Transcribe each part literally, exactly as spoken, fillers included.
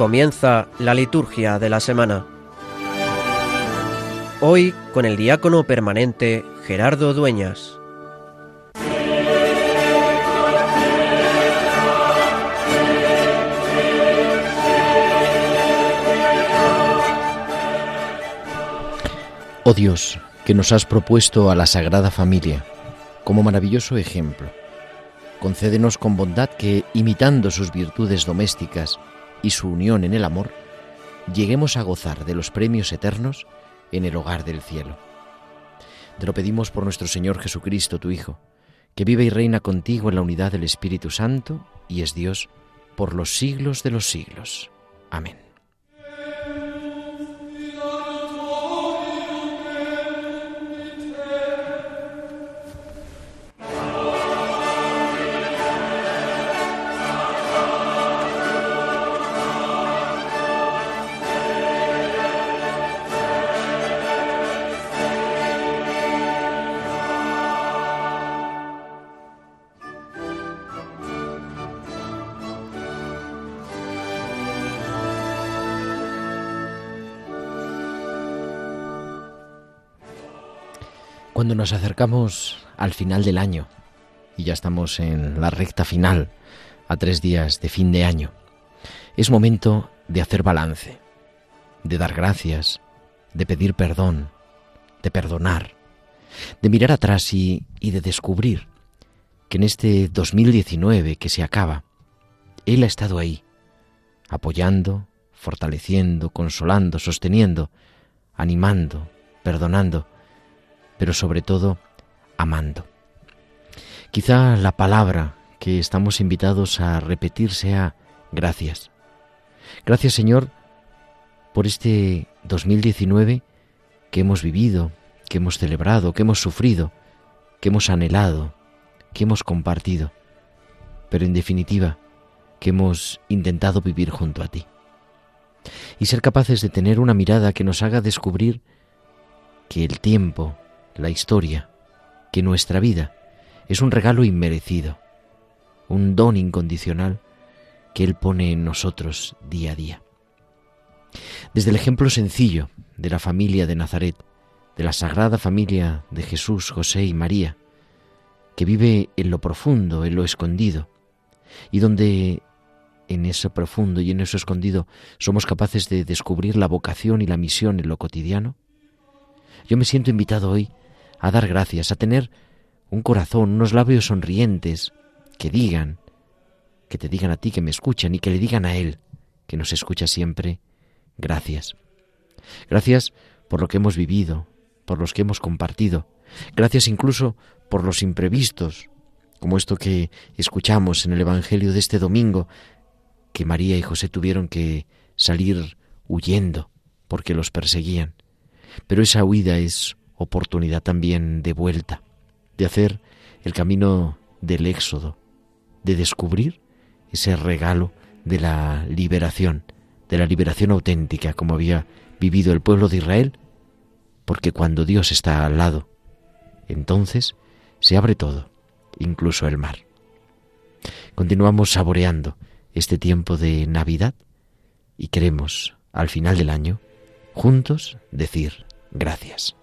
Comienza la liturgia de la semana. Hoy con el diácono permanente Gerardo Dueñas. Oh Dios, que nos has propuesto a la Sagrada Familia como maravilloso ejemplo, concédenos con bondad que, imitando sus virtudes domésticas y su unión en el amor, lleguemos a gozar de los premios eternos en el hogar del cielo. Te lo pedimos por nuestro Señor Jesucristo, tu Hijo, que vive y reina contigo en la unidad del Espíritu Santo y es Dios por los siglos de los siglos. Amén. Cuando nos acercamos al final del año, y ya estamos en la recta final, a tres días de fin de año, es momento de hacer balance, de dar gracias, de pedir perdón, de perdonar, de mirar atrás y, y de descubrir que en este dos mil diecinueve que se acaba, Él ha estado ahí, apoyando, fortaleciendo, consolando, sosteniendo, animando, perdonando, pero sobre todo amando. Quizá la palabra que estamos invitados a repetir sea gracias. Gracias, Señor, por este dos mil diecinueve que hemos vivido, que hemos celebrado, que hemos sufrido, que hemos anhelado, que hemos compartido, pero en definitiva, que hemos intentado vivir junto a ti. Y ser capaces de tener una mirada que nos haga descubrir que el tiempo, la historia, que nuestra vida es un regalo inmerecido, un don incondicional que Él pone en nosotros día a día. Desde el ejemplo sencillo de la familia de Nazaret, de la Sagrada Familia de Jesús, José y María, que vive en lo profundo, en lo escondido, y donde en eso profundo y en eso escondido somos capaces de descubrir la vocación y la misión en lo cotidiano, yo me siento invitado hoy a dar gracias, a tener un corazón, unos labios sonrientes que digan, que te digan a ti, que me escuchan, y que le digan a Él, que nos escucha siempre, gracias. Gracias por lo que hemos vivido, por los que hemos compartido. Gracias incluso por los imprevistos, como esto que escuchamos en el Evangelio de este domingo, que María y José tuvieron que salir huyendo porque los perseguían. Pero esa huida es oportunidad también de vuelta, de hacer el camino del éxodo, de descubrir ese regalo de la liberación, de la liberación auténtica como había vivido el pueblo de Israel, porque cuando Dios está al lado, entonces se abre todo, incluso el mar. Continuamos saboreando este tiempo de Navidad y queremos, al final del año, juntos decir gracias.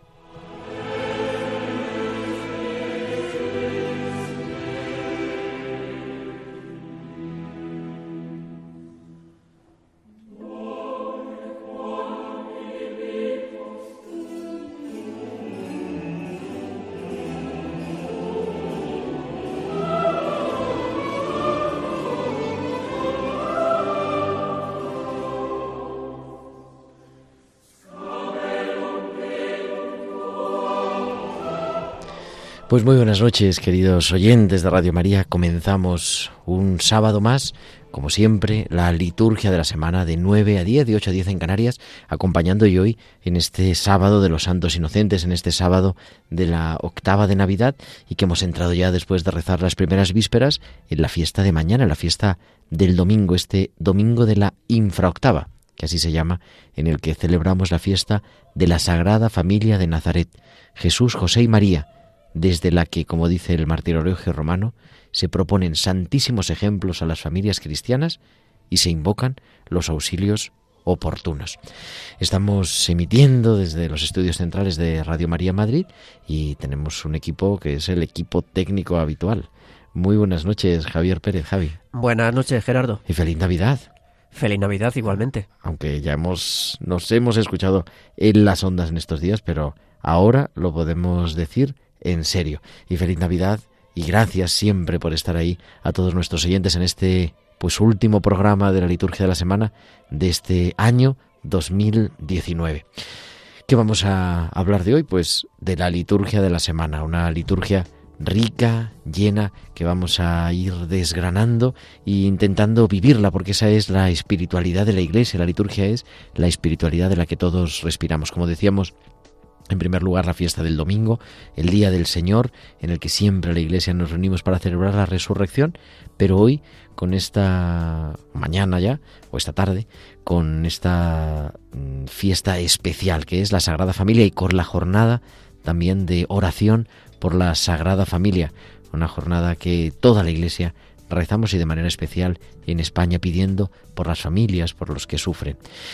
Pues muy buenas noches, queridos oyentes de Radio María. Comenzamos un sábado más, como siempre, la liturgia de la semana de nueve a diez, de ocho a diez en Canarias, acompañando y hoy en este sábado de los Santos Inocentes, en este sábado de la octava de Navidad, y que hemos entrado ya después de rezar las primeras vísperas en la fiesta de mañana, en la fiesta del domingo, este domingo de la infraoctava, que así se llama, en el que celebramos la fiesta de la Sagrada Familia de Nazaret, Jesús, José y María, desde la que, como dice el martirologio romano, se proponen santísimos ejemplos a las familias cristianas y se invocan los auxilios oportunos. Estamos emitiendo desde los estudios centrales de Radio María Madrid y tenemos un equipo que es el equipo técnico habitual. Muy buenas noches, Javier Pérez. Javi. Buenas noches, Gerardo. Y feliz Navidad. Feliz Navidad igualmente. Aunque ya hemos nos hemos escuchado en las ondas en estos días, pero ahora lo podemos decir en serio. Y feliz Navidad y gracias siempre por estar ahí a todos nuestros oyentes en este pues último programa de la liturgia de la semana de este año dos mil diecinueve. ¿Qué vamos a hablar de hoy? Pues de la liturgia de la semana, una liturgia rica, llena, que vamos a ir desgranando e intentando vivirla, porque esa es la espiritualidad de la Iglesia. La liturgia es la espiritualidad de la que todos respiramos. Como decíamos, en primer lugar, la fiesta del domingo, el Día del Señor, en el que siempre la Iglesia nos reunimos para celebrar la resurrección, pero hoy, con esta mañana ya, o esta tarde, con esta fiesta especial que es la Sagrada Familia y con la jornada también de oración por la Sagrada Familia, una jornada que toda la Iglesia rezamos y de manera especial en España pidiendo por las familias, por los que sufren.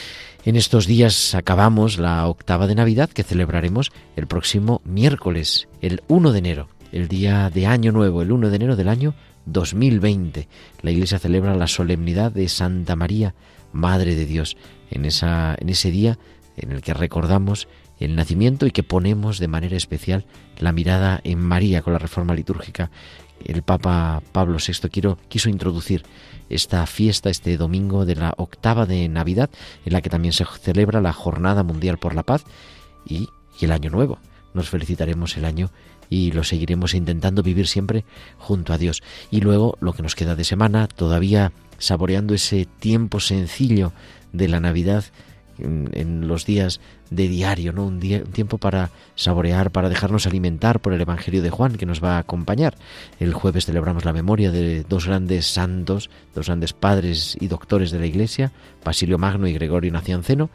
En estos días acabamos la octava de Navidad que celebraremos el próximo miércoles, el uno de enero, el día de Año Nuevo, el uno de enero del año dos mil veinte. La Iglesia celebra la solemnidad de Santa María, Madre de Dios, en, esa, en ese día en el que recordamos el nacimiento y que ponemos de manera especial la mirada en María con la reforma litúrgica. El Papa Pablo sexto quiero, quiso introducir esta fiesta, este domingo de la octava de Navidad, en la que también se celebra la Jornada Mundial por la Paz y, y el Año Nuevo. Nos felicitaremos el año y lo seguiremos intentando vivir siempre junto a Dios. Y luego lo que nos queda de semana, todavía saboreando ese tiempo sencillo de la Navidad, en, en los días de diario, ¿no? Un, día, un tiempo para saborear, para dejarnos alimentar por el Evangelio de Juan, que nos va a acompañar. El jueves celebramos la memoria de dos grandes santos, dos grandes padres y doctores de la Iglesia, Basilio Magno y Gregorio Nacianceno.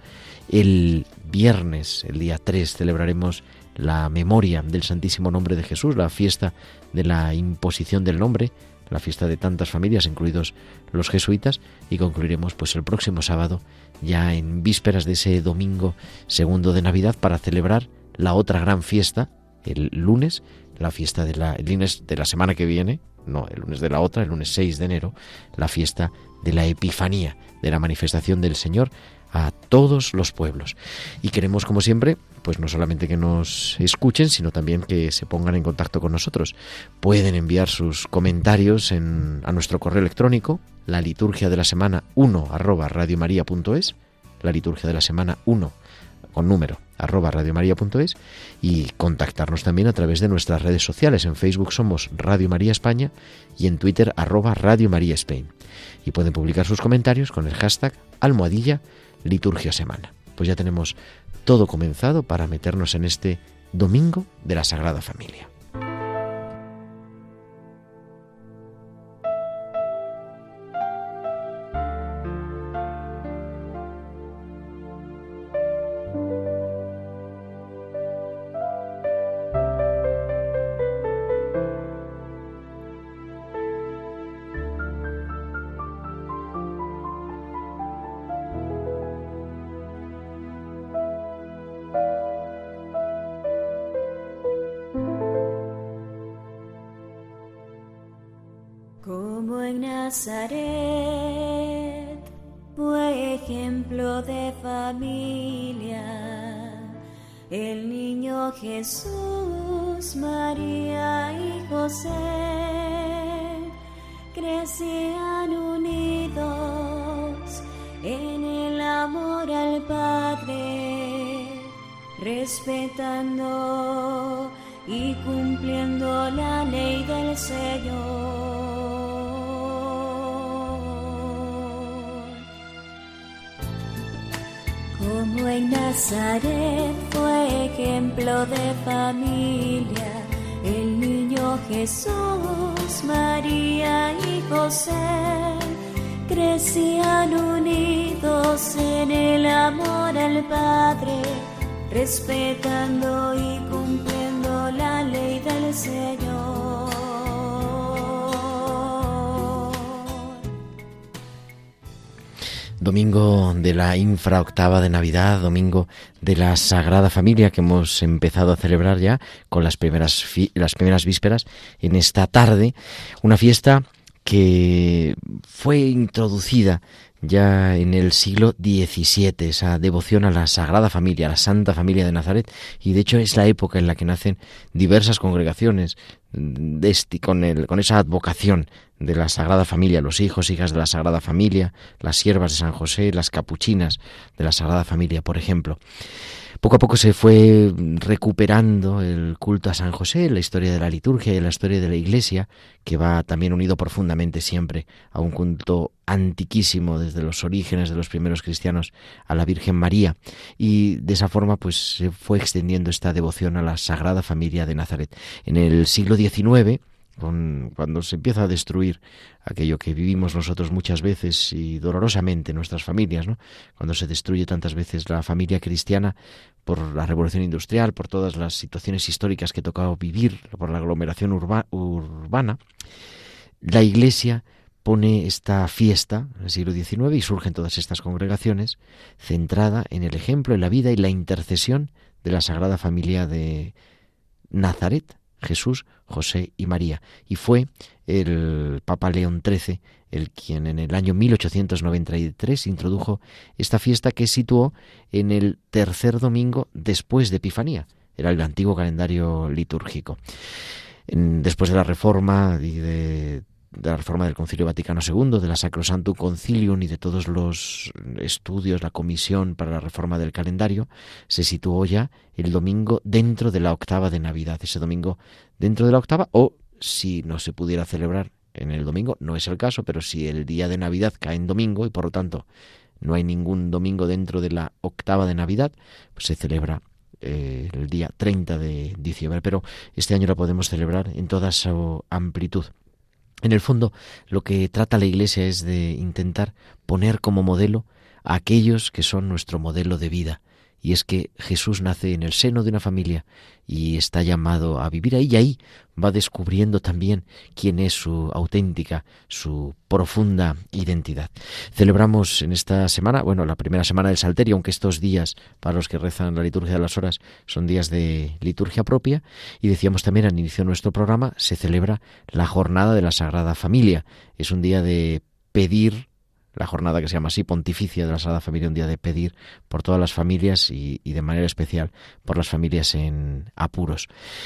El viernes, el día tres, celebraremos la memoria del Santísimo Nombre de Jesús, la fiesta de la imposición del nombre, la fiesta de tantas familias, incluidos los jesuitas, y concluiremos pues el próximo sábado, ya en vísperas de ese domingo segundo de Navidad, para celebrar la otra gran fiesta, el lunes, la fiesta de la, el lunes de la semana que viene, no, el lunes de la otra, el lunes seis de enero, la fiesta de la Epifanía, de la manifestación del Señor a todos los pueblos. Y queremos, como siempre, pues no solamente que nos escuchen, sino también que se pongan en contacto con nosotros. Pueden enviar sus comentarios en, a nuestro correo electrónico, la liturgia de la semana uno arroba radiomaria.es, la liturgia de la semana uno con número arroba radiomaria.es, y contactarnos también a través de nuestras redes sociales. En Facebook somos Radio María España y en Twitter arroba Radio María Spain. Y pueden publicar sus comentarios con el hashtag almohadilla liturgia semana. Pues ya tenemos todo comenzado para meternos en este domingo de la Sagrada Familia. Como en Nazaret fue ejemplo de familia, el niño Jesús, María y José crecían unidos en el amor al Padre, respetando y cumpliendo la ley del Señor. Como en Nazaret fue ejemplo de familia, el niño Jesús, María y José crecían unidos en el amor al Padre, respetando y cumpliendo la ley del Señor. Domingo de la infraoctava de Navidad, domingo de la Sagrada Familia que hemos empezado a celebrar ya con las primeras, fi- las primeras vísperas en esta tarde, una fiesta que fue introducida ya en el siglo diecisiete, esa devoción a la Sagrada Familia, a la Santa Familia de Nazaret, y de hecho es la época en la que nacen diversas congregaciones de este, con, el, con esa advocación de la Sagrada Familia, los hijos, hijas de la Sagrada Familia, las siervas de San José, las capuchinas de la Sagrada Familia, por ejemplo. Poco a poco se fue recuperando el culto a San José, la historia de la liturgia y la historia de la Iglesia, que va también unido profundamente siempre a un culto antiquísimo desde los orígenes de los primeros cristianos a la Virgen María. Y de esa forma pues se fue extendiendo esta devoción a la Sagrada Familia de Nazaret. En el siglo diecinueve, Con, cuando se empieza a destruir aquello que vivimos nosotros muchas veces y dolorosamente en nuestras familias, ¿no? Cuando se destruye tantas veces la familia cristiana por la revolución industrial, por todas las situaciones históricas que tocaba vivir, por la aglomeración urba, urbana, la Iglesia pone esta fiesta en el siglo diecinueve y surgen todas estas congregaciones centrada en el ejemplo, en la vida y la intercesión de la Sagrada Familia de Nazaret, Jesús, José y María. Y fue el Papa León trece el quien en el año mil ochocientos noventa y tres introdujo esta fiesta que situó en el tercer domingo después de Epifanía. Era el antiguo calendario litúrgico. Después de la Reforma y de de la reforma del Concilio Vaticano segundo, de la Sacrosanctum Concilium y de todos los estudios, la comisión para la reforma del calendario, se situó ya el domingo dentro de la octava de Navidad, ese domingo dentro de la octava, o si no se pudiera celebrar en el domingo, no es el caso, pero si el día de Navidad cae en domingo y por lo tanto no hay ningún domingo dentro de la octava de Navidad, pues se celebra eh, el día treinta de diciembre, pero este año la podemos celebrar en toda su amplitud. En el fondo, lo que trata la Iglesia es de intentar poner como modelo a aquellos que son nuestro modelo de vida. Y es que Jesús nace en el seno de una familia y está llamado a vivir ahí, y ahí va descubriendo también quién es su auténtica, su profunda identidad. Celebramos en esta semana, bueno, la primera semana del Salterio, aunque estos días, para los que rezan la liturgia de las horas, son días de liturgia propia, y decíamos también al inicio de nuestro programa, se celebra la Jornada de la Sagrada Familia. Es un día de pedir, la jornada que se llama así, pontificia de la Sagrada Familia, un día de pedir por todas las familias y, y de manera especial por las familias en apuros.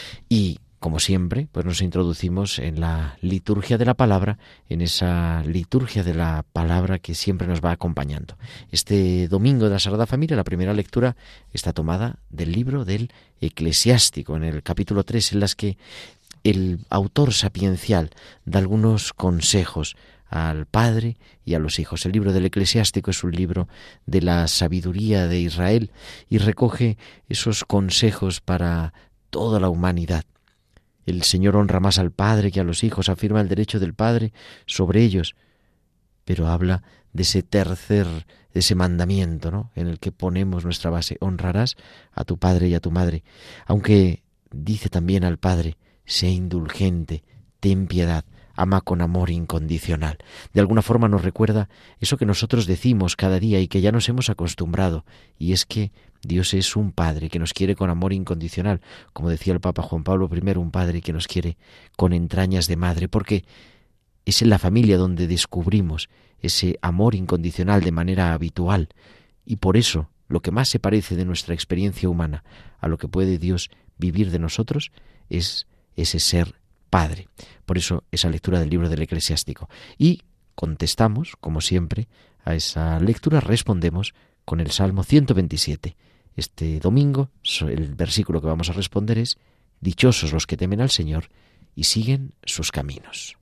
Y, como siempre, pues nos introducimos en la liturgia de la palabra, en esa liturgia de la palabra que siempre nos va acompañando. Este domingo de la Sagrada Familia, la primera lectura está tomada del libro del Eclesiástico, en el capítulo tres, en las que el autor sapiencial da algunos consejos al padre y a los hijos. El libro del Eclesiástico es un libro de la sabiduría de Israel y recoge esos consejos para toda la humanidad. El Señor honra más al padre que a los hijos, afirma el derecho del padre sobre ellos, pero habla de ese tercer, de ese mandamiento, ¿no?, en el que ponemos nuestra base: honrarás a tu padre y a tu madre. Aunque dice también al padre: sé indulgente, ten piedad, ama con amor incondicional. De alguna forma nos recuerda eso que nosotros decimos cada día y que ya nos hemos acostumbrado, y es que Dios es un Padre que nos quiere con amor incondicional, como decía el Papa Juan Pablo primero, un Padre que nos quiere con entrañas de madre, porque es en la familia donde descubrimos ese amor incondicional de manera habitual, y por eso lo que más se parece de nuestra experiencia humana a lo que puede Dios vivir de nosotros es ese ser Padre. Por eso esa lectura del libro del Eclesiástico. Y contestamos, como siempre, a esa lectura, respondemos con el Salmo ciento veintisiete. Este domingo el versículo que vamos a responder es: dichosos los que temen al Señor y siguen sus caminos.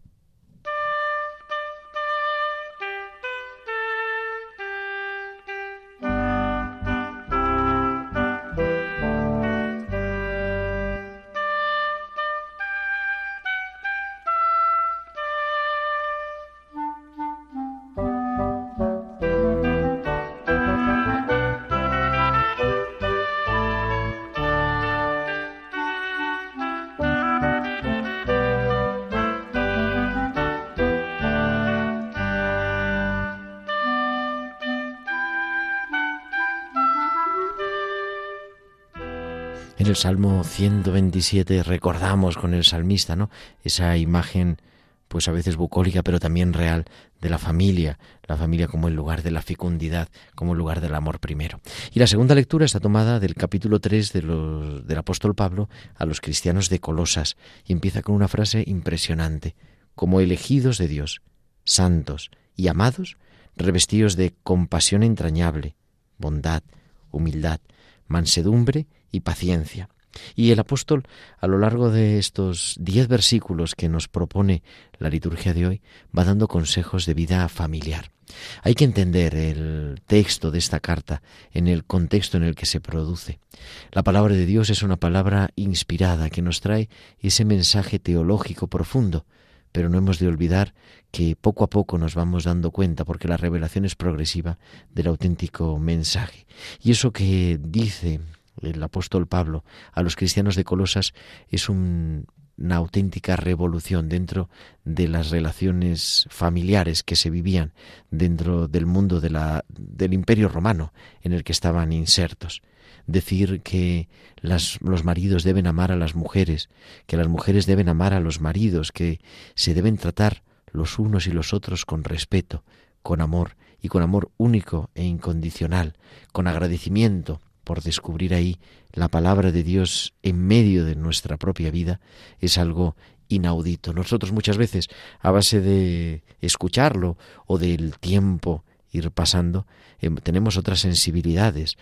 En el Salmo ciento veintisiete recordamos con el salmista, ¿no?, esa imagen, pues a veces bucólica, pero también real, de la familia, la familia como el lugar de la fecundidad, como el lugar del amor primero. Y la segunda lectura está tomada del capítulo tres de los, del apóstol Pablo a los cristianos de Colosas, y empieza con una frase impresionante: como elegidos de Dios, santos y amados, revestidos de compasión entrañable, bondad, humildad, mansedumbre y paciencia. Y el apóstol, a lo largo de estos diez versículos que nos propone la liturgia de hoy, va dando consejos de vida familiar. Hay que entender el texto de esta carta en el contexto en el que se produce. La palabra de Dios es una palabra inspirada que nos trae ese mensaje teológico profundo, pero no hemos de olvidar que poco a poco nos vamos dando cuenta, porque la revelación es progresiva, del auténtico mensaje. Y eso que dice el apóstol Pablo a los cristianos de Colosas es un, una auténtica revolución dentro de las relaciones familiares que se vivían dentro del mundo de la, del Imperio Romano en el que estaban insertos. Decir que las, los maridos deben amar a las mujeres, que las mujeres deben amar a los maridos, que se deben tratar los unos y los otros con respeto, con amor, y con amor único e incondicional, con agradecimiento por descubrir ahí la palabra de Dios en medio de nuestra propia vida, es algo inaudito. Nosotros muchas veces, a base de escucharlo o del tiempo ir pasando, eh, tenemos otras sensibilidades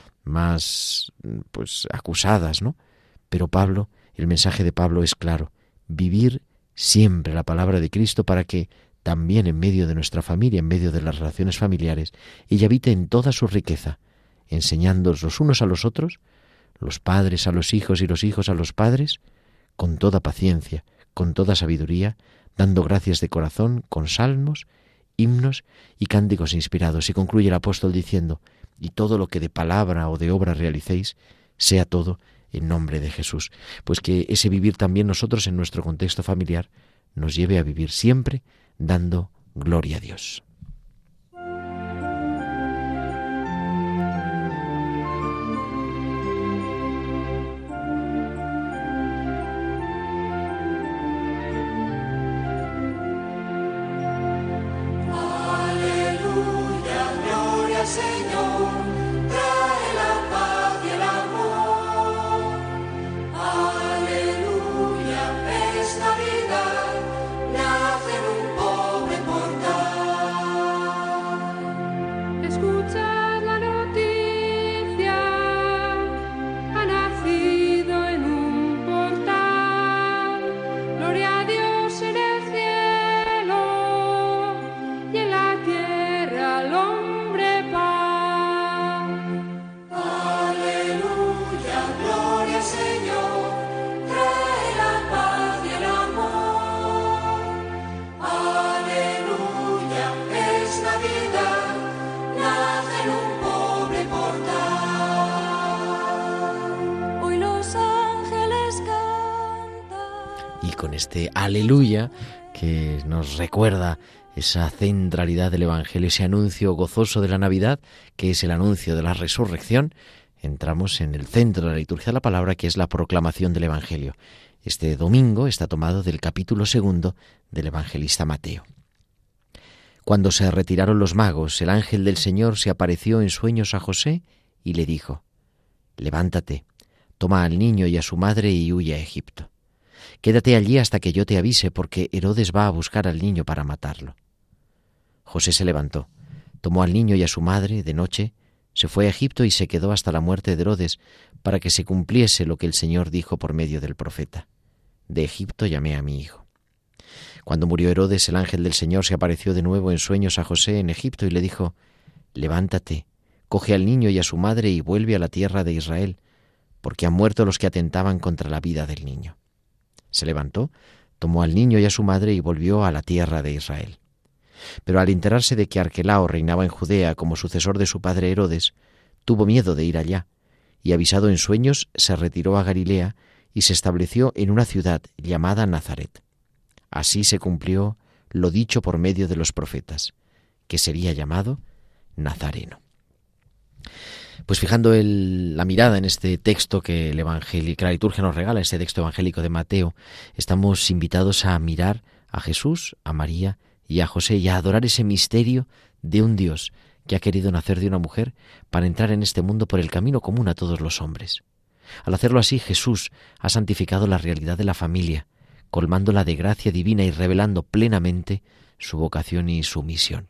más pues acusadas, ¿no? Pero Pablo, el mensaje de Pablo es claro: vivir siempre la palabra de Cristo para que también en medio de nuestra familia, en medio de las relaciones familiares, ella habite en toda su riqueza, enseñándonos los unos a los otros, los padres a los hijos y los hijos a los padres, con toda paciencia, con toda sabiduría, dando gracias de corazón, con salmos, himnos y cánticos inspirados. Y concluye el apóstol diciendo: y todo lo que de palabra o de obra realicéis, sea todo en nombre de Jesús. Pues que ese vivir también nosotros en nuestro contexto familiar nos lleve a vivir siempre dando gloria a Dios. Este aleluya que nos recuerda esa centralidad del Evangelio, ese anuncio gozoso de la Navidad, que es el anuncio de la resurrección, entramos en el centro de la liturgia de la palabra, que es la proclamación del Evangelio. Este domingo está tomado del capítulo segundo del evangelista Mateo. Cuando se retiraron los magos, el ángel del Señor se apareció en sueños a José y le dijo: levántate, toma al niño y a su madre y huye a Egipto. Quédate allí hasta que yo te avise, porque Herodes va a buscar al niño para matarlo. José se levantó, tomó al niño y a su madre de noche, se fue a Egipto y se quedó hasta la muerte de Herodes, para que se cumpliese lo que el Señor dijo por medio del profeta: de Egipto llamé a mi hijo. Cuando murió Herodes, el ángel del Señor se apareció de nuevo en sueños a José en Egipto y le dijo: levántate, coge al niño y a su madre y vuelve a la tierra de Israel, porque han muerto los que atentaban contra la vida del niño. Se levantó, tomó al niño y a su madre y volvió a la tierra de Israel. Pero al enterarse de que Arquelao reinaba en Judea como sucesor de su padre Herodes, tuvo miedo de ir allá, y avisado en sueños se retiró a Galilea y se estableció en una ciudad llamada Nazaret. Así se cumplió lo dicho por medio de los profetas, que sería llamado Nazareno. Pues fijando el, la mirada en este texto que, el evangelio, que la liturgia nos regala, este texto evangélico de Mateo, estamos invitados a mirar a Jesús, a María y a José y a adorar ese misterio de un Dios que ha querido nacer de una mujer para entrar en este mundo por el camino común a todos los hombres. Al hacerlo así, Jesús ha santificado la realidad de la familia, colmándola de gracia divina y revelando plenamente su vocación y su misión.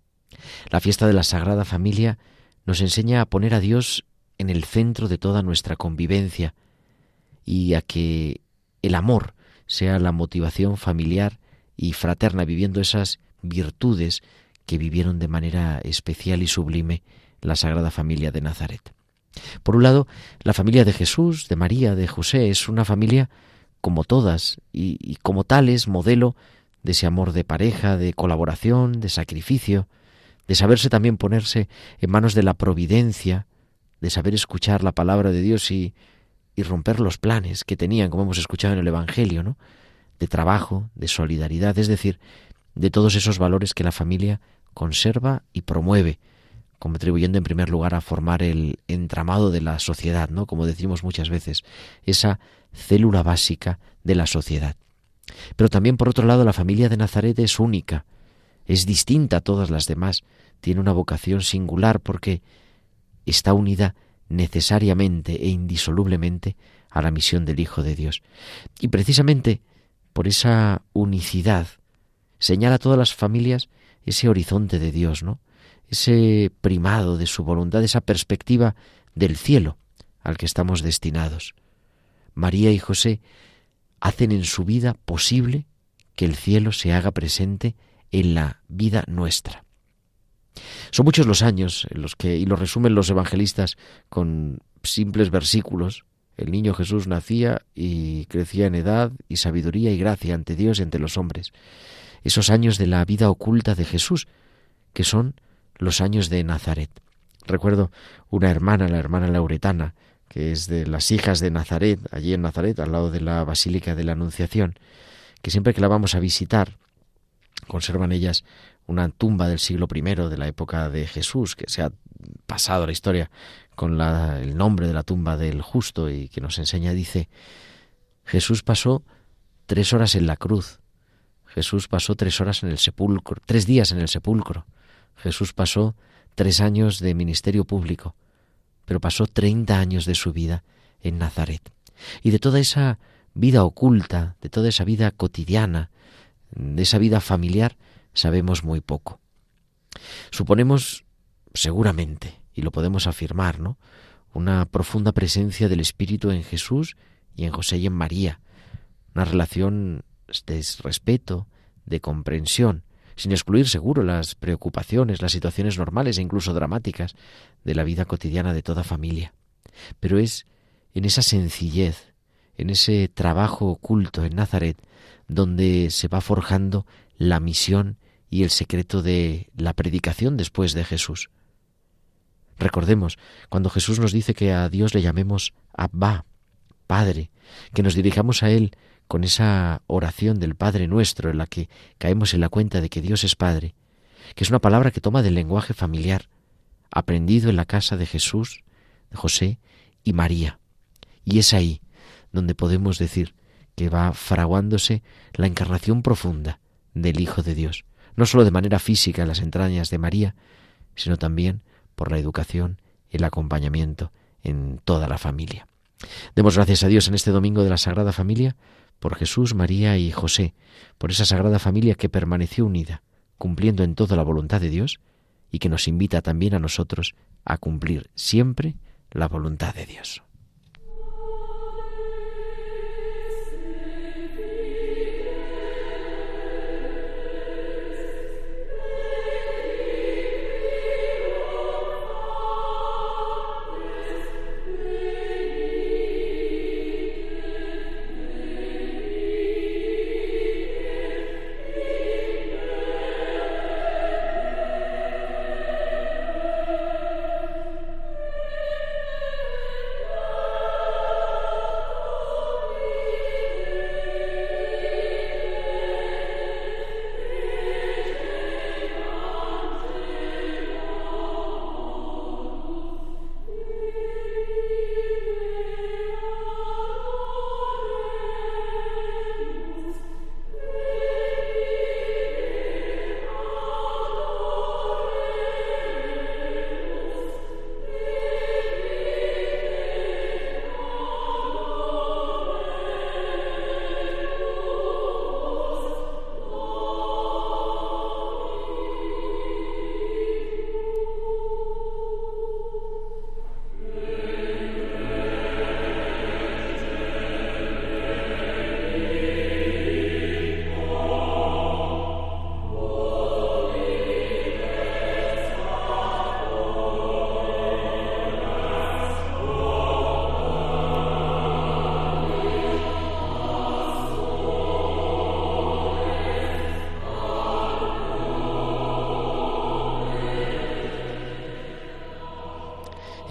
La fiesta de la Sagrada Familia nos enseña a poner a Dios en el centro de toda nuestra convivencia y a que el amor sea la motivación familiar y fraterna, viviendo esas virtudes que vivieron de manera especial y sublime la Sagrada Familia de Nazaret. Por un lado, la familia de Jesús, de María, de José, es una familia como todas y, y como tal es modelo de ese amor de pareja, de colaboración, de sacrificio, de saberse también ponerse en manos de la providencia, de saber escuchar la palabra de Dios y, y romper los planes que tenían, como hemos escuchado en el Evangelio, ¿no? De trabajo, de solidaridad, es decir, de todos esos valores que la familia conserva y promueve, contribuyendo en primer lugar a formar el entramado de la sociedad, ¿no? Como decimos muchas veces, esa célula básica de la sociedad. Pero también, por otro lado, la familia de Nazaret es única, es distinta a todas las demás, tiene una vocación singular porque está unida necesariamente e indisolublemente a la misión del Hijo de Dios. Y precisamente por esa unicidad señala a todas las familias ese horizonte de Dios, ¿no? Ese primado de su voluntad, esa perspectiva del cielo al que estamos destinados. María y José hacen en su vida posible que el cielo se haga presente en la vida nuestra. Son muchos los años en los que, y lo resumen los evangelistas con simples versículos, el niño Jesús nacía y crecía en edad y sabiduría y gracia ante Dios y ante los hombres. Esos años de la vida oculta de Jesús, que son los años de Nazaret. Recuerdo una hermana, la hermana Lauretana, que es de las hijas de Nazaret, allí en Nazaret, al lado de la Basílica de la Anunciación, que siempre que la vamos a visitar, conservan ellas una tumba del siglo primero, de la época de Jesús, que se ha pasado a la historia con la, el nombre de la tumba del justo y que nos enseña, dice, Jesús pasó tres horas en la cruz, Jesús pasó tres horas en el sepulcro, tres días en el sepulcro, Jesús pasó tres años de ministerio público, pero pasó treinta años de su vida en Nazaret. Y de toda esa vida oculta, de toda esa vida cotidiana, de esa vida familiar, sabemos muy poco. Suponemos, seguramente, y lo podemos afirmar, ¿no?, una profunda presencia del Espíritu en Jesús y en José y en María, una relación de respeto, de comprensión, sin excluir seguro las preocupaciones, las situaciones normales e incluso dramáticas de la vida cotidiana de toda familia. Pero es en esa sencillez, en ese trabajo oculto en Nazaret, donde se va forjando la misión y el secreto de la predicación después de Jesús. Recordemos, cuando Jesús nos dice que a Dios le llamemos Abba, Padre, que nos dirijamos a Él con esa oración del Padre Nuestro en la que caemos en la cuenta de que Dios es Padre, que es una palabra que toma del lenguaje familiar, aprendido en la casa de Jesús, de José y María. Y es ahí donde podemos decir que va fraguándose la encarnación profunda del Hijo de Dios, no solo de manera física en las entrañas de María, sino también por la educación, el acompañamiento en toda la familia. Demos gracias a Dios en este domingo de la Sagrada Familia por Jesús, María y José, por esa Sagrada Familia que permaneció unida, cumpliendo en todo la voluntad de Dios y que nos invita también a nosotros a cumplir siempre la voluntad de Dios.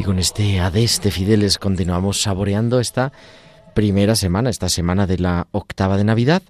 Y con este Adeste Fideles continuamos saboreando esta primera semana, esta semana de la octava de Navidad,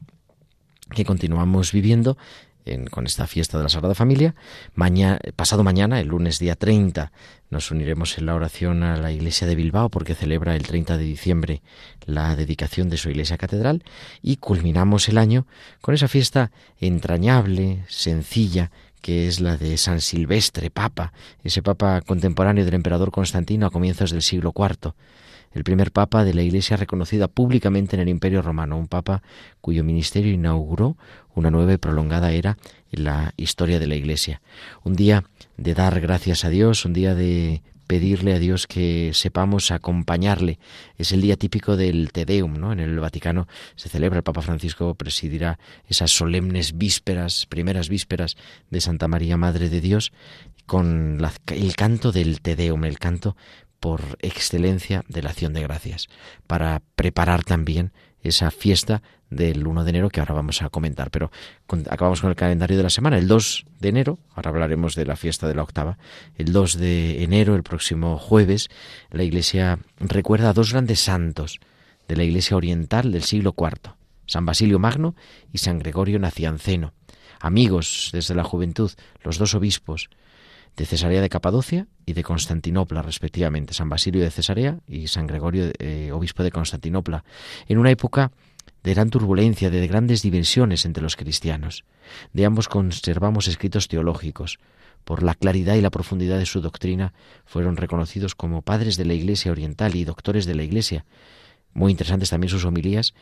que continuamos viviendo en, con esta fiesta de la Sagrada Familia. Mañana, pasado mañana, el lunes día treinta, nos uniremos en la oración a la Iglesia de Bilbao, porque celebra el treinta de diciembre la dedicación de su iglesia catedral, y culminamos el año con esa fiesta entrañable, sencilla, que es la de San Silvestre, Papa, ese Papa contemporáneo del emperador Constantino a comienzos del siglo cuarto, el primer Papa de la Iglesia reconocida públicamente en el Imperio Romano, un Papa cuyo ministerio inauguró una nueva y prolongada era en la historia de la Iglesia. Un día de dar gracias a Dios, un día de pedirle a Dios que sepamos acompañarle. Es el día típico del Te Deum, ¿no? En el Vaticano se celebra, el Papa Francisco presidirá esas solemnes vísperas, primeras vísperas de Santa María, Madre de Dios, con la, el canto del Te Deum, el canto por excelencia de la acción de gracias, para preparar también esa fiesta del uno de enero que ahora vamos a comentar. Pero con, acabamos con el calendario de la semana. El dos de enero, ahora hablaremos de la fiesta de la octava, el dos de enero, el próximo jueves, la Iglesia recuerda a dos grandes santos de la Iglesia oriental del siglo cuarto, San Basilio Magno y San Gregorio Nacianceno, amigos desde la juventud, los dos obispos de Cesarea de Capadocia y de Constantinopla, respectivamente, San Basilio de Cesarea y San Gregorio, eh, obispo de Constantinopla, en una época de gran turbulencia, de grandes divisiones entre los cristianos. De ambos conservamos escritos teológicos. Por la claridad y la profundidad de su doctrina, fueron reconocidos como padres de la Iglesia oriental y doctores de la Iglesia. Muy interesantes también sus homilías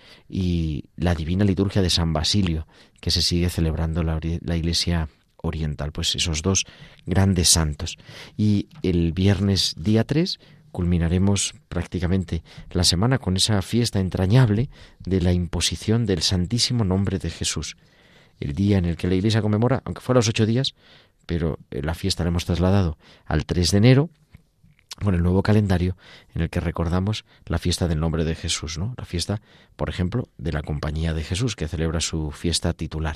y la divina liturgia de San Basilio, que se sigue celebrando la, la Iglesia oriental, pues esos dos grandes santos. Y el viernes día tres culminaremos prácticamente la semana con esa fiesta entrañable de la imposición del Santísimo Nombre de Jesús, el día en el que la Iglesia conmemora, aunque fue a los ocho días, pero la fiesta la hemos trasladado al tres de enero, con el nuevo calendario en el que recordamos la fiesta del nombre de Jesús, ¿no? La fiesta, por ejemplo, de la Compañía de Jesús, que celebra su fiesta titular.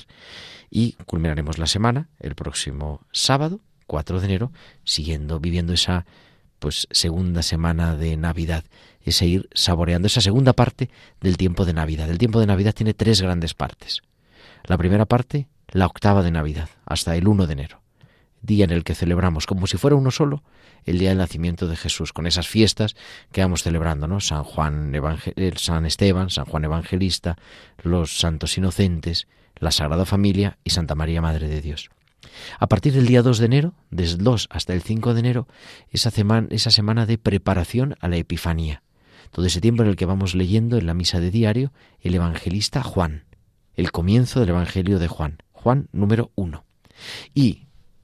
Y culminaremos la semana el próximo sábado, cuatro de enero, siguiendo, viviendo esa pues segunda semana de Navidad, ese ir saboreando esa segunda parte del tiempo de Navidad. El tiempo de Navidad tiene tres grandes partes. La primera parte, la octava de Navidad, hasta el uno de enero. Día en el que celebramos, como si fuera uno solo, el día del nacimiento de Jesús, con esas fiestas que vamos celebrando, ¿no? San Juan Evangel- San Esteban, San Juan Evangelista, los santos inocentes, la Sagrada Familia y Santa María, Madre de Dios. A partir del día dos de enero, desde el dos hasta el cinco de enero, esa semana, esa semana de preparación a la Epifanía. Todo ese tiempo en el que vamos leyendo en la misa de diario el evangelista Juan, el comienzo del Evangelio de Juan, Juan número uno. Y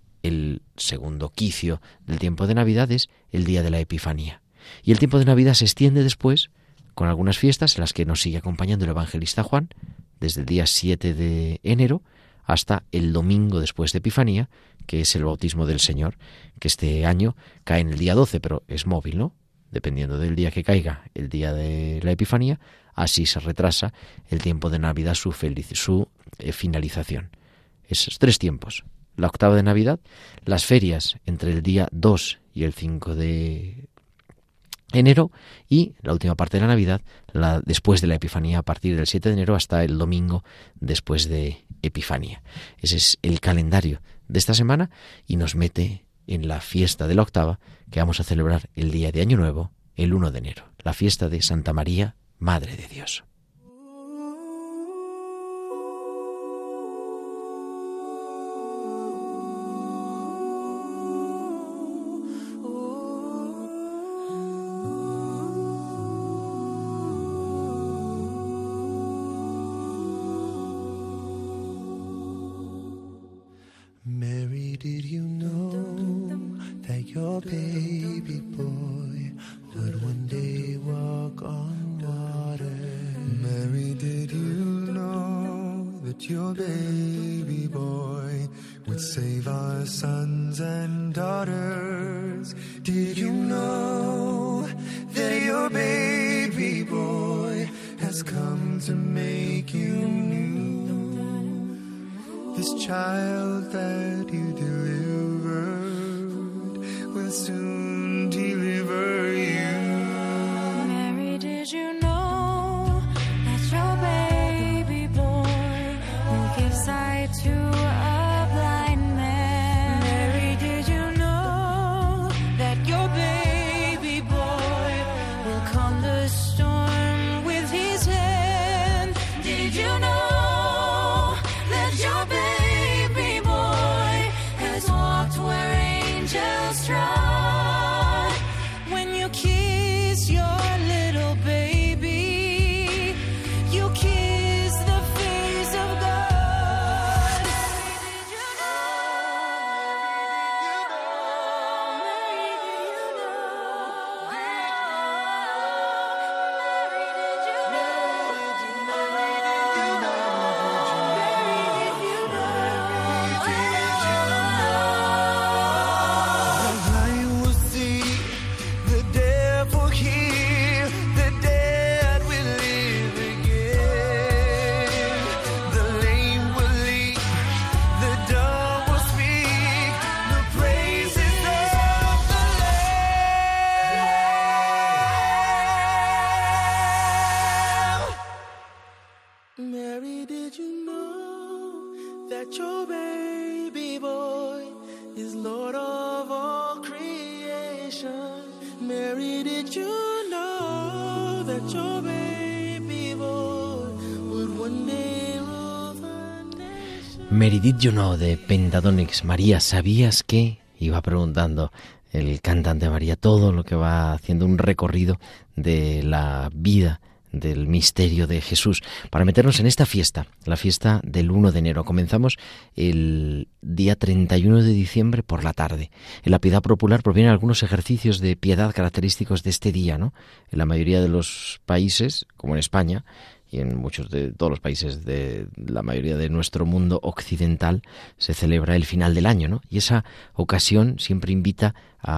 el segundo quicio del tiempo de Navidad es el día de la Epifanía. Y el tiempo de Navidad se extiende después con algunas fiestas en las que nos sigue acompañando el evangelista Juan, desde el día siete de enero hasta el domingo después de Epifanía, que es el bautismo del Señor, que este año cae en el día doce, pero es móvil, ¿no? Dependiendo del día que caiga el día de la Epifanía, así se retrasa el tiempo de Navidad, su, feliz, su eh, finalización. Esos tres tiempos. La octava de Navidad, las ferias entre el día dos y el cinco de enero y la última parte de la Navidad, la, después de la Epifanía, a partir del siete de enero hasta el domingo después de Epifanía. Ese es el calendario de esta semana y nos mete en la fiesta de la octava que vamos a celebrar el día de Año Nuevo, el uno de enero, la fiesta de Santa María, Madre de Dios. Mary, did you know that your baby boy would one day walk on water? Mary, did you know that your baby boy would save our sons and daughters? Did you know that your baby boy has come to make you new? This child that you delivered will soon deliver Mary, did you know that your baby boy is Lord of all creation? Mary, did you know that your baby boy would one day rule the nation? Mary, did you know de Pentatonix. María, ¿sabías que? Iba preguntando el cantante María todo lo que va haciendo un recorrido de la vida, del misterio de Jesús, para meternos en esta fiesta, la fiesta del uno de enero. Comenzamos el día treinta y uno de diciembre por la tarde. En la piedad popular provienen algunos ejercicios de piedad característicos de este día, ¿no? En la mayoría de los países, como en España, y en muchos de todos los países de la mayoría de nuestro mundo occidental, se celebra el final del año, ¿no? Y esa ocasión siempre invita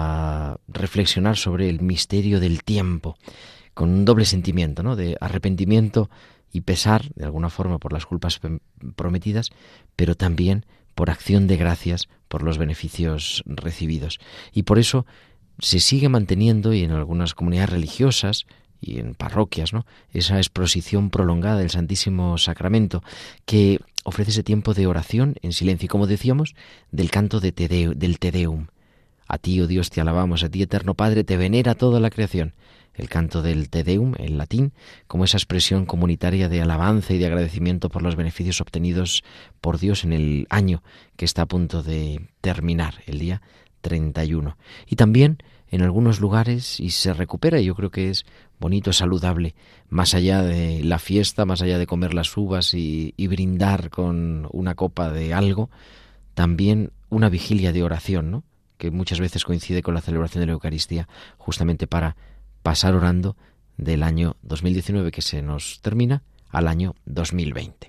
a reflexionar sobre el misterio del tiempo, con un doble sentimiento, ¿no? De arrepentimiento y pesar, de alguna forma, por las culpas prometidas, pero también por acción de gracias por los beneficios recibidos. Y por eso se sigue manteniendo, y en algunas comunidades religiosas y en parroquias, ¿no?, esa exposición prolongada del Santísimo Sacramento, que ofrece ese tiempo de oración en silencio y, como decíamos, del canto de te Deum, del Te Deum. A ti, oh Dios, te alabamos, a ti, eterno Padre, te venera toda la creación. El canto del Te Deum, en latín, como esa expresión comunitaria de alabanza y de agradecimiento por los beneficios obtenidos por Dios en el año que está a punto de terminar, el día treinta y uno. Y también en algunos lugares, y se recupera, y yo creo que es bonito, saludable, más allá de la fiesta, más allá de comer las uvas y, y brindar con una copa de algo, también una vigilia de oración, ¿no?, que muchas veces coincide con la celebración de la Eucaristía, justamente para pasar orando del año dos mil diecinueve, que se nos termina, al año dos mil veinte.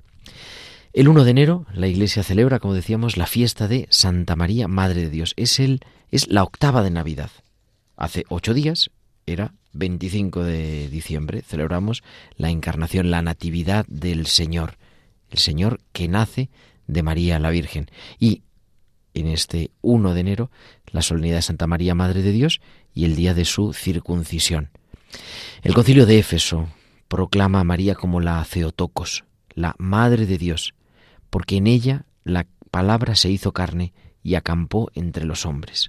El uno de enero la Iglesia celebra, como decíamos, la fiesta de Santa María, Madre de Dios. Es, el, es la octava de Navidad. Hace ocho días, era veinticinco de diciembre, celebramos la encarnación, la natividad del Señor, el Señor que nace de María la Virgen. Y en este uno de enero, la solemnidad de Santa María, Madre de Dios, y el día de su circuncisión. El Concilio de Éfeso proclama a María como la Theotokos, la Madre de Dios, porque en ella la palabra se hizo carne y acampó entre los hombres.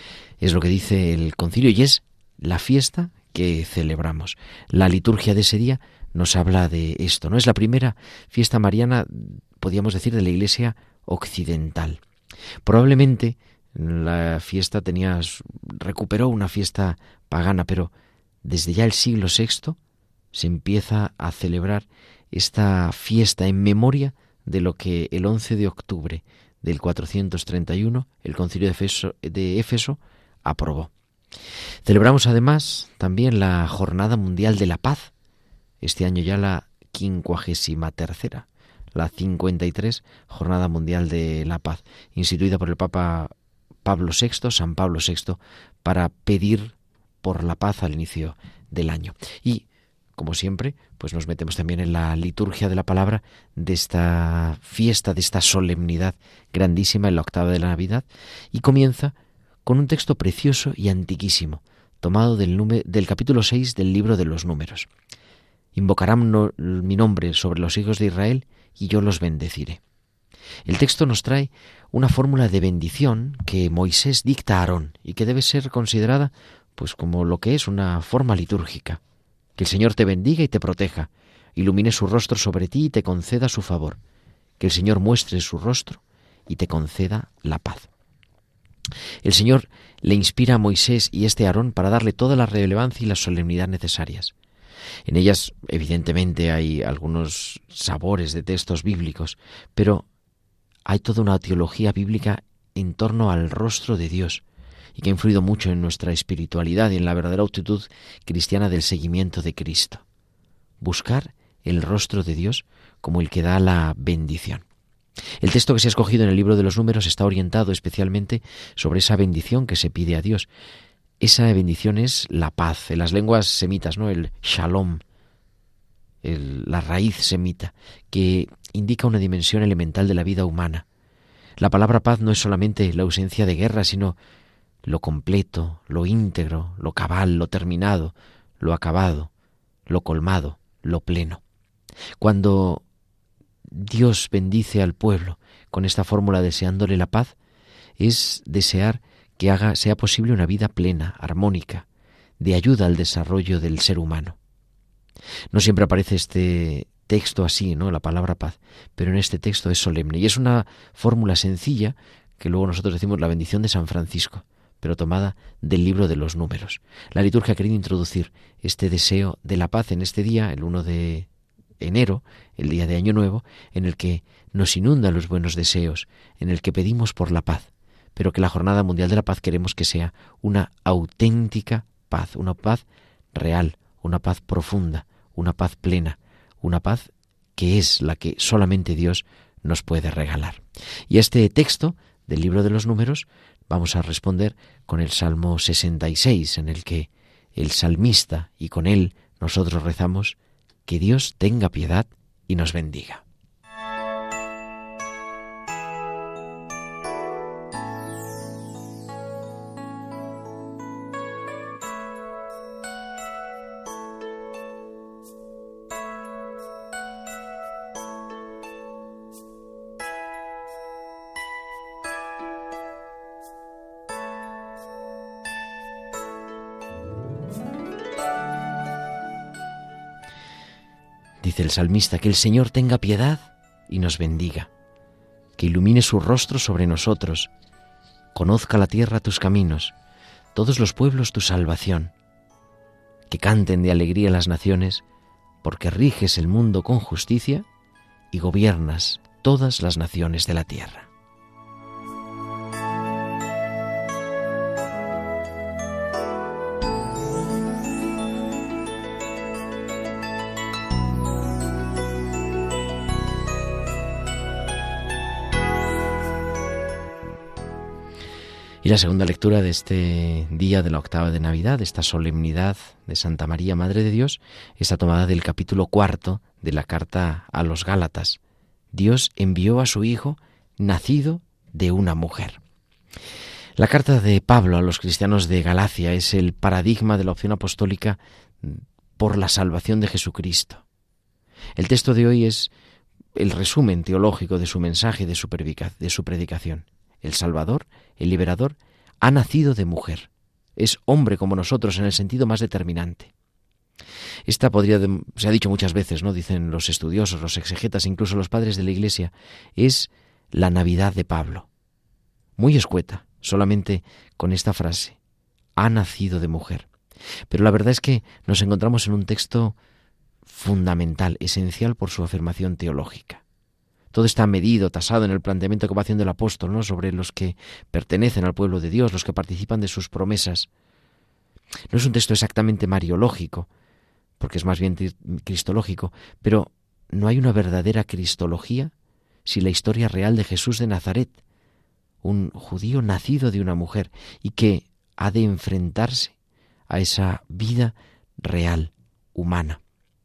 Es lo que dice el Concilio y es la fiesta que celebramos. La liturgia de ese día nos habla de esto, ¿no? Es la primera fiesta mariana, podríamos decir, de la Iglesia occidental. Probablemente la fiesta tenía, recuperó una fiesta pagana, pero desde ya el siglo sexto se empieza a celebrar esta fiesta en memoria de lo que el once de octubre del cuatrocientos treinta y uno el Concilio de Éfeso, de Éfeso aprobó. Celebramos además también la Jornada Mundial de la Paz, este año ya la quincuagésima tercera, la cincuenta y tres Jornada Mundial de la Paz, instituida por el Papa Pablo sexto, San Pablo sexto, para pedir por la paz al inicio del año. Y, como siempre, pues nos metemos también en la liturgia de la palabra de esta fiesta, de esta solemnidad grandísima en la octava de la Navidad, y comienza con un texto precioso y antiquísimo, tomado del, número, del capítulo seis del libro de los Números. Invocarán no, mi nombre sobre los hijos de Israel y yo los bendeciré. El texto nos trae una fórmula de bendición que Moisés dicta a Aarón y que debe ser considerada pues como lo que es una forma litúrgica. Que el Señor te bendiga y te proteja, ilumine su rostro sobre ti y te conceda su favor. Que el Señor muestre su rostro y te conceda la paz. El Señor le inspira a Moisés y este Aarón para darle toda la relevancia y la solemnidad necesarias. En ellas, evidentemente, hay algunos sabores de textos bíblicos, pero hay toda una teología bíblica en torno al rostro de Dios y que ha influido mucho en nuestra espiritualidad y en la verdadera actitud cristiana del seguimiento de Cristo. Buscar el rostro de Dios como el que da la bendición. El texto que se ha escogido en el libro de los Números está orientado especialmente sobre esa bendición que se pide a Dios. Esa bendición es la paz, en las lenguas semitas, ¿no? El shalom, el, la raíz semita, que indica una dimensión elemental de la vida humana. La palabra paz no es solamente la ausencia de guerra, sino lo completo, lo íntegro, lo cabal, lo terminado, lo acabado, lo colmado, lo pleno. Cuando Dios bendice al pueblo con esta fórmula deseándole la paz es desear que haga, sea posible una vida plena, armónica, de ayuda al desarrollo del ser humano. No siempre aparece este texto así, ¿no?, la palabra paz, pero en este texto es solemne y es una fórmula sencilla que luego nosotros decimos la bendición de San Francisco, pero tomada del libro de los Números. La liturgia ha querido introducir este deseo de la paz en este día, el primero de enero, el día de Año Nuevo, en el que nos inundan los buenos deseos, en el que pedimos por la paz, pero que la Jornada Mundial de la Paz queremos que sea una auténtica paz, una paz real, una paz profunda, una paz plena, una paz que es la que solamente Dios nos puede regalar. Y a este texto del libro de los Números vamos a responder con el Salmo sesenta y seis, en el que el salmista, y con él nosotros rezamos, que Dios tenga piedad y nos bendiga. Dice el salmista, que el Señor tenga piedad y nos bendiga, que ilumine su rostro sobre nosotros, conozca la tierra tus caminos, todos los pueblos tu salvación, que canten de alegría las naciones, porque riges el mundo con justicia y gobiernas todas las naciones de la tierra. Y la segunda lectura de este día de la octava de Navidad, de esta solemnidad de Santa María, Madre de Dios, está tomada del capítulo cuarto de la carta a los Gálatas. Dios envió a su Hijo, nacido de una mujer. La carta de Pablo a los cristianos de Galacia es el paradigma de la opción apostólica por la salvación de Jesucristo. El texto de hoy es el resumen teológico de su mensaje y de su predicación. El Salvador, el Liberador, ha nacido de mujer. Es hombre como nosotros en el sentido más determinante. Esta podría, se ha dicho muchas veces, ¿no?, dicen los estudiosos, los exegetas, incluso los padres de la Iglesia, es la Navidad de Pablo. Muy escueta, solamente con esta frase, ha nacido de mujer. Pero la verdad es que nos encontramos en un texto fundamental, esencial por su afirmación teológica. Todo está medido, tasado en el planteamiento que va haciendo el apóstol, ¿no?, sobre los que pertenecen al pueblo de Dios, los que participan de sus promesas. No es un texto exactamente mariológico, porque es más bien cristológico, pero no hay una verdadera cristología sin la historia real de Jesús de Nazaret, un judío nacido de una mujer y que ha de enfrentarse a esa vida real, humana.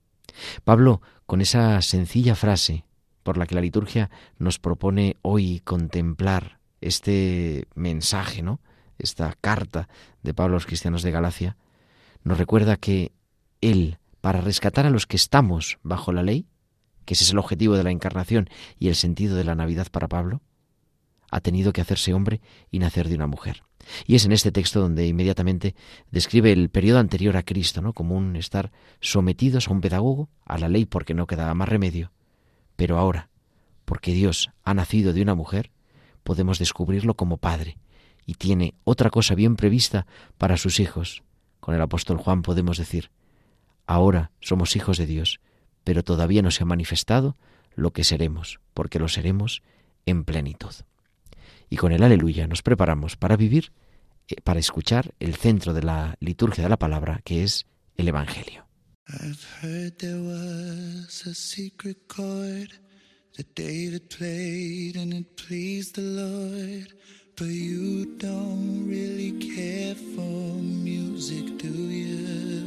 Pablo, con esa sencilla frase por la que la liturgia nos propone hoy contemplar este mensaje, ¿no?, esta carta de Pablo a los cristianos de Galacia, nos recuerda que Él, para rescatar a los que estamos bajo la ley, que ese es el objetivo de la encarnación y el sentido de la Navidad para Pablo, ha tenido que hacerse hombre y nacer de una mujer. Y es en este texto donde inmediatamente describe el periodo anterior a Cristo, ¿no?, como un estar sometidos a un pedagogo, a la ley porque no quedaba más remedio. Pero ahora, porque Dios ha nacido de una mujer, podemos descubrirlo como Padre y tiene otra cosa bien prevista para sus hijos. Con el apóstol Juan podemos decir, ahora somos hijos de Dios, pero todavía no se ha manifestado lo que seremos, porque lo seremos en plenitud. Y con el aleluya nos preparamos para vivir, para escuchar el centro de la liturgia de la palabra, que es el Evangelio. I've heard there was a secret chord that David played and it pleased the Lord, but you don't really care for music, do you?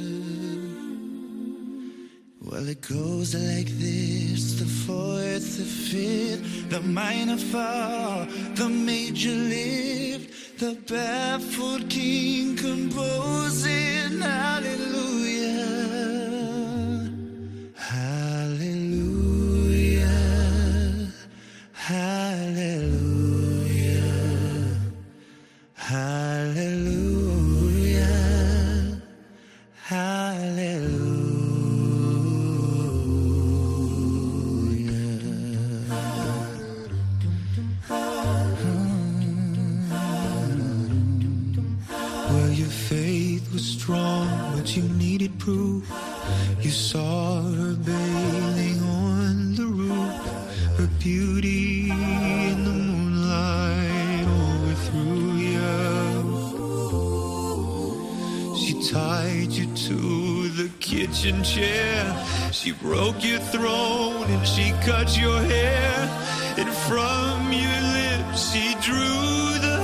Well, it goes like this, the fourth, the fifth, the minor fall, the major lift, the baffled king composing, hallelujah. Hallelujah. faith was strong, but you needed proof. You saw her bathing on the roof, her beauty in the moonlight overthrew you. She tied you to the kitchen chair, she broke your throne and she cut your hair, and from your lips she drew the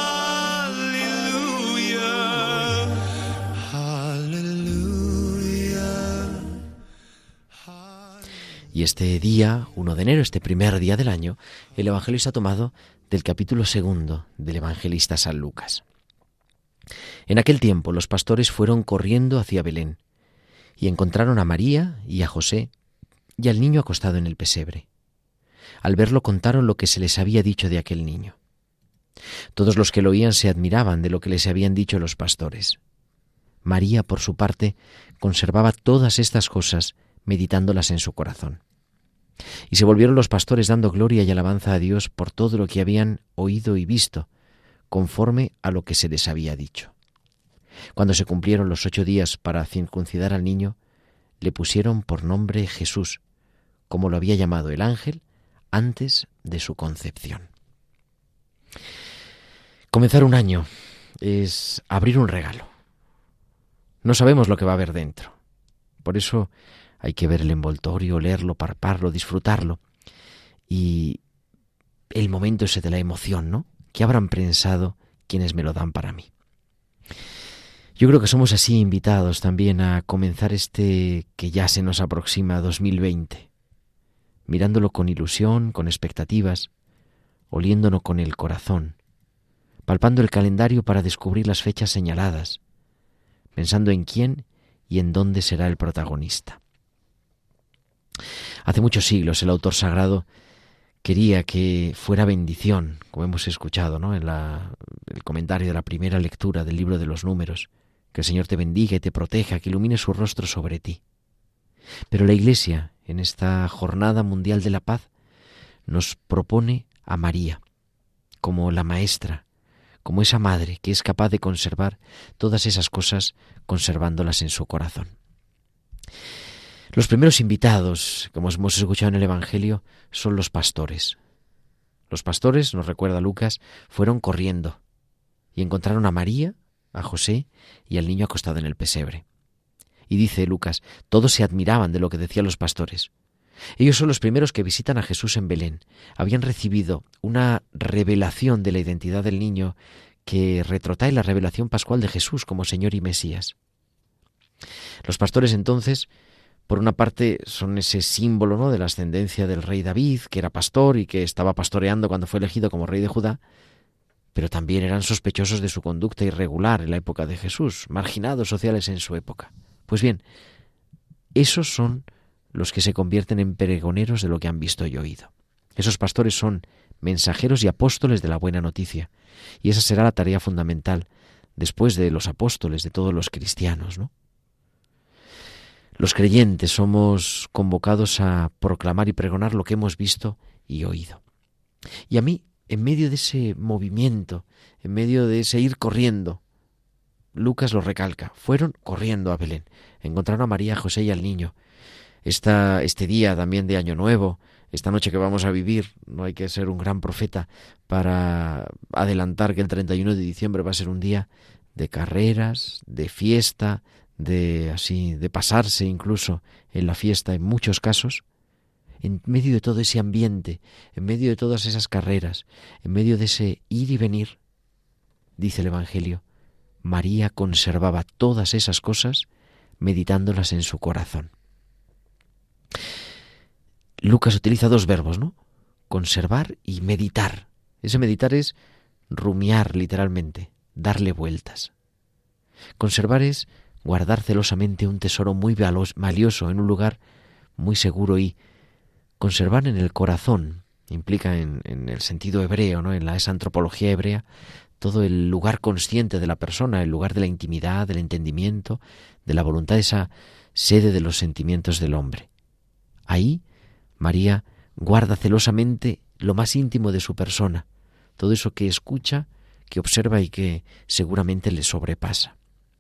Y este día, uno de enero, este primer día del año, el Evangelio está tomado del capítulo segundo del evangelista San Lucas. En aquel tiempo los pastores fueron corriendo hacia Belén y encontraron a María y a José y al niño acostado en el pesebre. Al verlo contaron lo que se les había dicho de aquel niño. Todos los que lo oían se admiraban de lo que les habían dicho los pastores. María, por su parte, conservaba todas estas cosas, meditándolas en su corazón. Y se volvieron los pastores dando gloria y alabanza a Dios por todo lo que habían oído y visto, conforme a lo que se les había dicho. Cuando se cumplieron los ocho días para circuncidar al niño, le pusieron por nombre Jesús, como lo había llamado el ángel antes de su concepción. Comenzar un año es abrir un regalo. No sabemos lo que va a haber dentro. Por eso hay que ver el envoltorio, leerlo, palparlo, disfrutarlo. Y el momento ese de la emoción, ¿no? ¿Qué habrán pensado quienes me lo dan para mí? Yo creo que somos así invitados también a comenzar este que ya se nos aproxima dos mil veinte, mirándolo con ilusión, con expectativas, oliéndonos con el corazón, palpando el calendario para descubrir las fechas señaladas, pensando en quién y en dónde será el protagonista. Hace muchos siglos el autor sagrado quería que fuera bendición, como hemos escuchado, ¿no?, en la, el comentario de la primera lectura del libro de los Números, que el Señor te bendiga y te proteja, que ilumine su rostro sobre ti. Pero la Iglesia, en esta Jornada Mundial de la Paz, nos propone a María como la maestra, como esa madre que es capaz de conservar todas esas cosas, conservándolas en su corazón. Los primeros invitados, como hemos escuchado en el Evangelio, son los pastores. Los pastores, nos recuerda Lucas, fueron corriendo y encontraron a María, a José y al niño acostado en el pesebre. Y dice Lucas, todos se admiraban de lo que decían los pastores. Ellos son los primeros que visitan a Jesús en Belén. Habían recibido una revelación de la identidad del niño que retrotrae la revelación pascual de Jesús como Señor y Mesías. Los pastores entonces, por una parte, son ese símbolo, ¿no?, de la ascendencia del rey David, que era pastor y que estaba pastoreando cuando fue elegido como rey de Judá, pero también eran sospechosos de su conducta irregular en la época de Jesús, marginados sociales en su época. Pues bien, esos son los que se convierten en pregoneros de lo que han visto y oído. Esos pastores son mensajeros y apóstoles de la buena noticia, y esa será la tarea fundamental después de los apóstoles, de todos los cristianos, ¿no? Los creyentes somos convocados a proclamar y pregonar lo que hemos visto y oído. Y a mí, en medio de ese movimiento, en medio de ese ir corriendo, Lucas lo recalca, fueron corriendo a Belén, encontraron a María, a José y al niño. Esta, este día también de Año Nuevo, esta noche que vamos a vivir, no hay que ser un gran profeta para adelantar que el treinta y uno de diciembre va a ser un día de carreras, de fiesta, de así, de pasarse incluso en la fiesta en muchos casos. En medio de todo ese ambiente, en medio de todas esas carreras, en medio de ese ir y venir, dice el Evangelio, María conservaba todas esas cosas meditándolas en su corazón. Lucas utiliza dos verbos, ¿no? Conservar y meditar. Ese meditar es rumiar literalmente, darle vueltas. Conservar es guardar celosamente un tesoro muy valioso en un lugar muy seguro, y conservar en el corazón implica en, en el sentido hebreo, ¿no?, en la esa antropología hebrea, todo el lugar consciente de la persona, el lugar de la intimidad, del entendimiento, de la voluntad, esa sede de los sentimientos del hombre. Ahí María guarda celosamente lo más íntimo de su persona, todo eso que escucha, que observa y que seguramente le sobrepasa.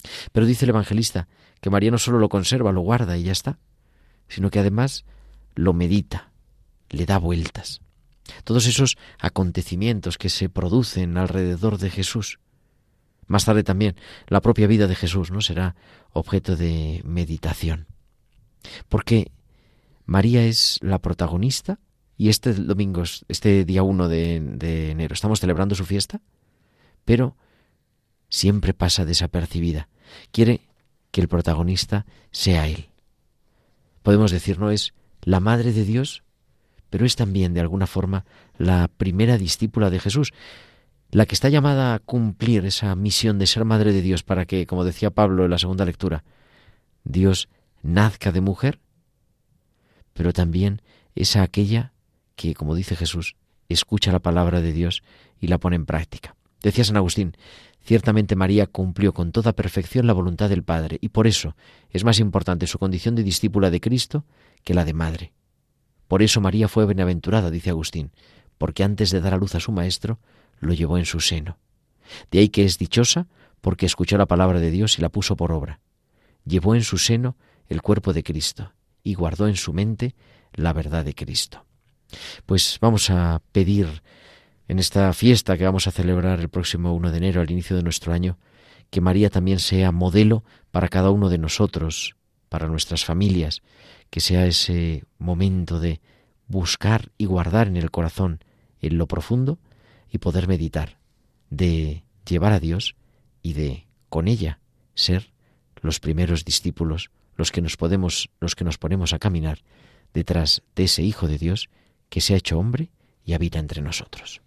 Pero dice el evangelista que María no solo lo conserva, lo guarda y ya está, sino que además lo medita, le da vueltas. Todos esos acontecimientos que se producen alrededor de Jesús. Más tarde también la propia vida de Jesús, ¿no?, será objeto de meditación. Porque María es la protagonista y este domingo, este día uno de, de enero, estamos celebrando su fiesta, pero siempre pasa desapercibida. Quiere que el protagonista sea Él. Podemos decir, no es la Madre de Dios, pero es también, de alguna forma, la primera discípula de Jesús, la que está llamada a cumplir esa misión de ser Madre de Dios para que, como decía Pablo en la segunda lectura, Dios nazca de mujer, pero también es aquella que, como dice Jesús, escucha la palabra de Dios y la pone en práctica. Decía San Agustín, ciertamente María cumplió con toda perfección la voluntad del Padre, y por eso es más importante su condición de discípula de Cristo que la de madre. Por eso María fue bienaventurada, dice Agustín, porque antes de dar a luz a su Maestro, lo llevó en su seno. De ahí que es dichosa porque escuchó la palabra de Dios y la puso por obra. Llevó en su seno el cuerpo de Cristo y guardó en su mente la verdad de Cristo. Pues vamos a pedir en esta fiesta que vamos a celebrar el próximo uno de enero, al inicio de nuestro año, que María también sea modelo para cada uno de nosotros, para nuestras familias, que sea ese momento de buscar y guardar en el corazón, en lo profundo, y poder meditar, de llevar a Dios y de, con ella, ser los primeros discípulos, los que nos podemos, los que nos ponemos a caminar detrás de ese Hijo de Dios que se ha hecho hombre y habita entre nosotros.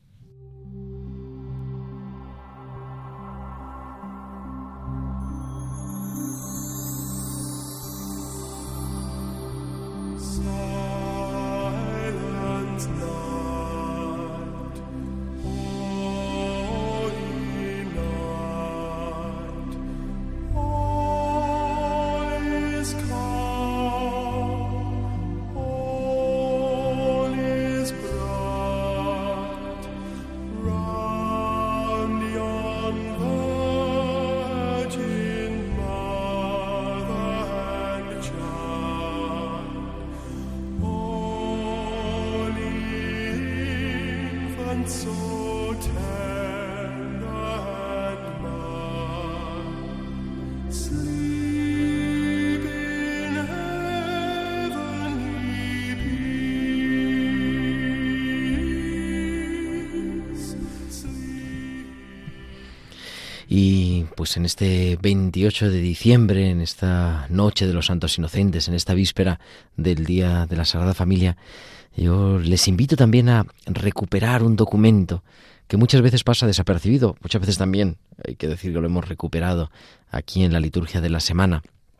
Y pues en este veintiocho de diciembre, en esta noche de los Santos Inocentes, en esta víspera del Día de la Sagrada Familia, yo les invito también a recuperar un documento que muchas veces pasa desapercibido, muchas veces también, hay que decir que lo hemos recuperado aquí en la liturgia de la semana,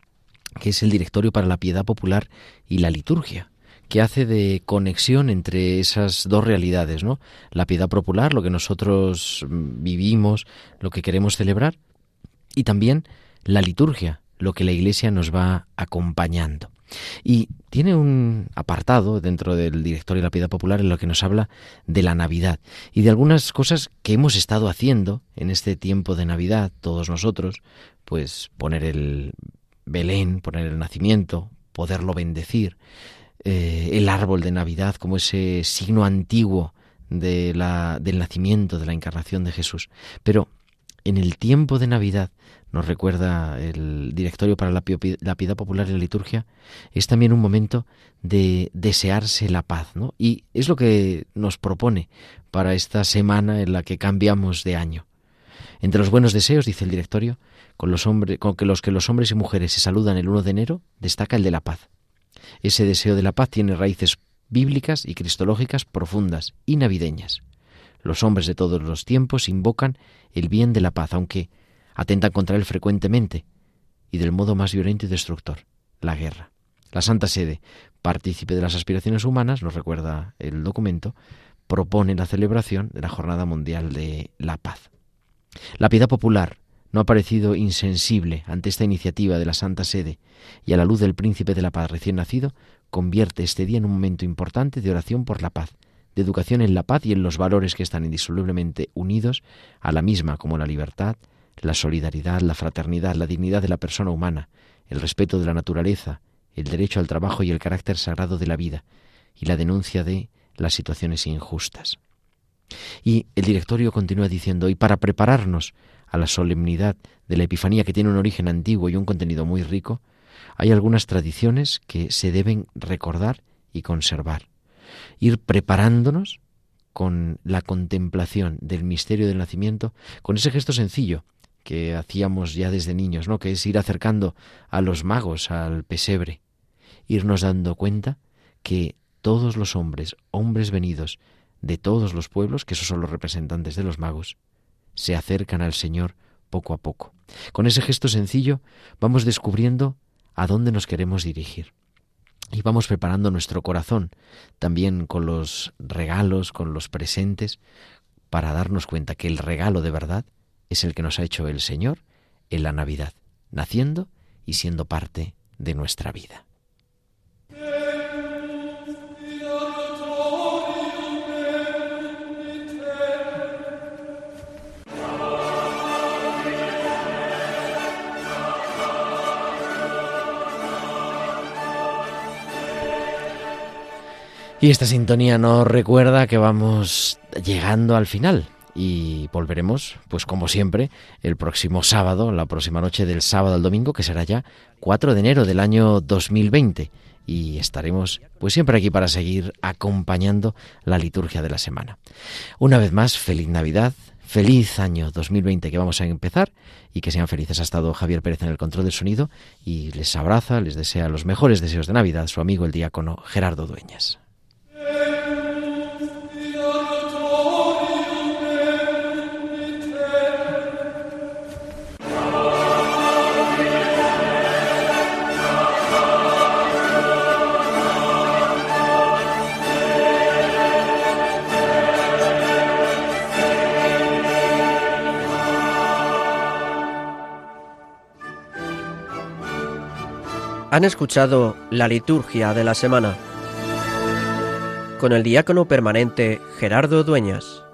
que es el Directorio para la Piedad Popular y la Liturgia, que hace de conexión entre esas dos realidades, ¿no? La piedad popular, lo que nosotros vivimos, lo que queremos celebrar, y también la liturgia, lo que la Iglesia nos va acompañando. Y tiene un apartado dentro del Directorio de la Piedad Popular en lo que nos habla de la Navidad y de algunas cosas que hemos estado haciendo en este tiempo de Navidad, todos nosotros, pues poner el Belén, poner el nacimiento, poderlo bendecir, eh, el árbol de Navidad como ese signo antiguo de la, del nacimiento, de la encarnación de Jesús. Pero en el tiempo de Navidad, nos recuerda el Directorio para la Piedad Popular y la Liturgia, es también un momento de desearse la paz, ¿no? Y es lo que nos propone para esta semana en la que cambiamos de año. Entre los buenos deseos, dice el Directorio, con los hombres, con que los que los hombres y mujeres se saludan el uno de enero, destaca el de la paz. Ese deseo de la paz tiene raíces bíblicas y cristológicas profundas y navideñas. Los hombres de todos los tiempos invocan el bien de la paz, aunque atentan contra él frecuentemente y del modo más violento y destructor, la guerra. La Santa Sede, partícipe de las aspiraciones humanas, nos recuerda el documento, propone la celebración de la Jornada Mundial de la Paz. La piedad popular no ha parecido insensible ante esta iniciativa de la Santa Sede y a la luz del Príncipe de la Paz recién nacido, convierte este día en un momento importante de oración por la paz, de educación en la paz y en los valores que están indisolublemente unidos a la misma, como la libertad, la solidaridad, la fraternidad, la dignidad de la persona humana, el respeto de la naturaleza, el derecho al trabajo y el carácter sagrado de la vida, y la denuncia de las situaciones injustas. Y el directorio continúa diciendo, y para prepararnos a la solemnidad de la Epifanía, que tiene un origen antiguo y un contenido muy rico, hay algunas tradiciones que se deben recordar y conservar. Ir preparándonos con la contemplación del misterio del nacimiento, con ese gesto sencillo que hacíamos ya desde niños, ¿no?, que es ir acercando a los magos al pesebre, irnos dando cuenta que todos los hombres, hombres venidos de todos los pueblos, que esos son los representantes de los magos, se acercan al Señor poco a poco. Con ese gesto sencillo vamos descubriendo a dónde nos queremos dirigir. Y vamos preparando nuestro corazón, también con los regalos, con los presentes, para darnos cuenta que el regalo de verdad es el que nos ha hecho el Señor en la Navidad, naciendo y siendo parte de nuestra vida. Y esta sintonía nos recuerda que vamos llegando al final y volveremos, pues como siempre, el próximo sábado, la próxima noche del sábado al domingo, que será ya cuatro de enero del año dos mil veinte. Y estaremos pues siempre aquí para seguir acompañando la liturgia de la semana. Una vez más, feliz Navidad, feliz año dos mil veinte que vamos a empezar y que sean felices. Ha estado Javier Pérez en el control del sonido y les abraza, les desea los mejores deseos de Navidad su amigo el diácono Gerardo Dueñas. Han escuchado la liturgia de la semana con el diácono permanente Gerardo Dueñas.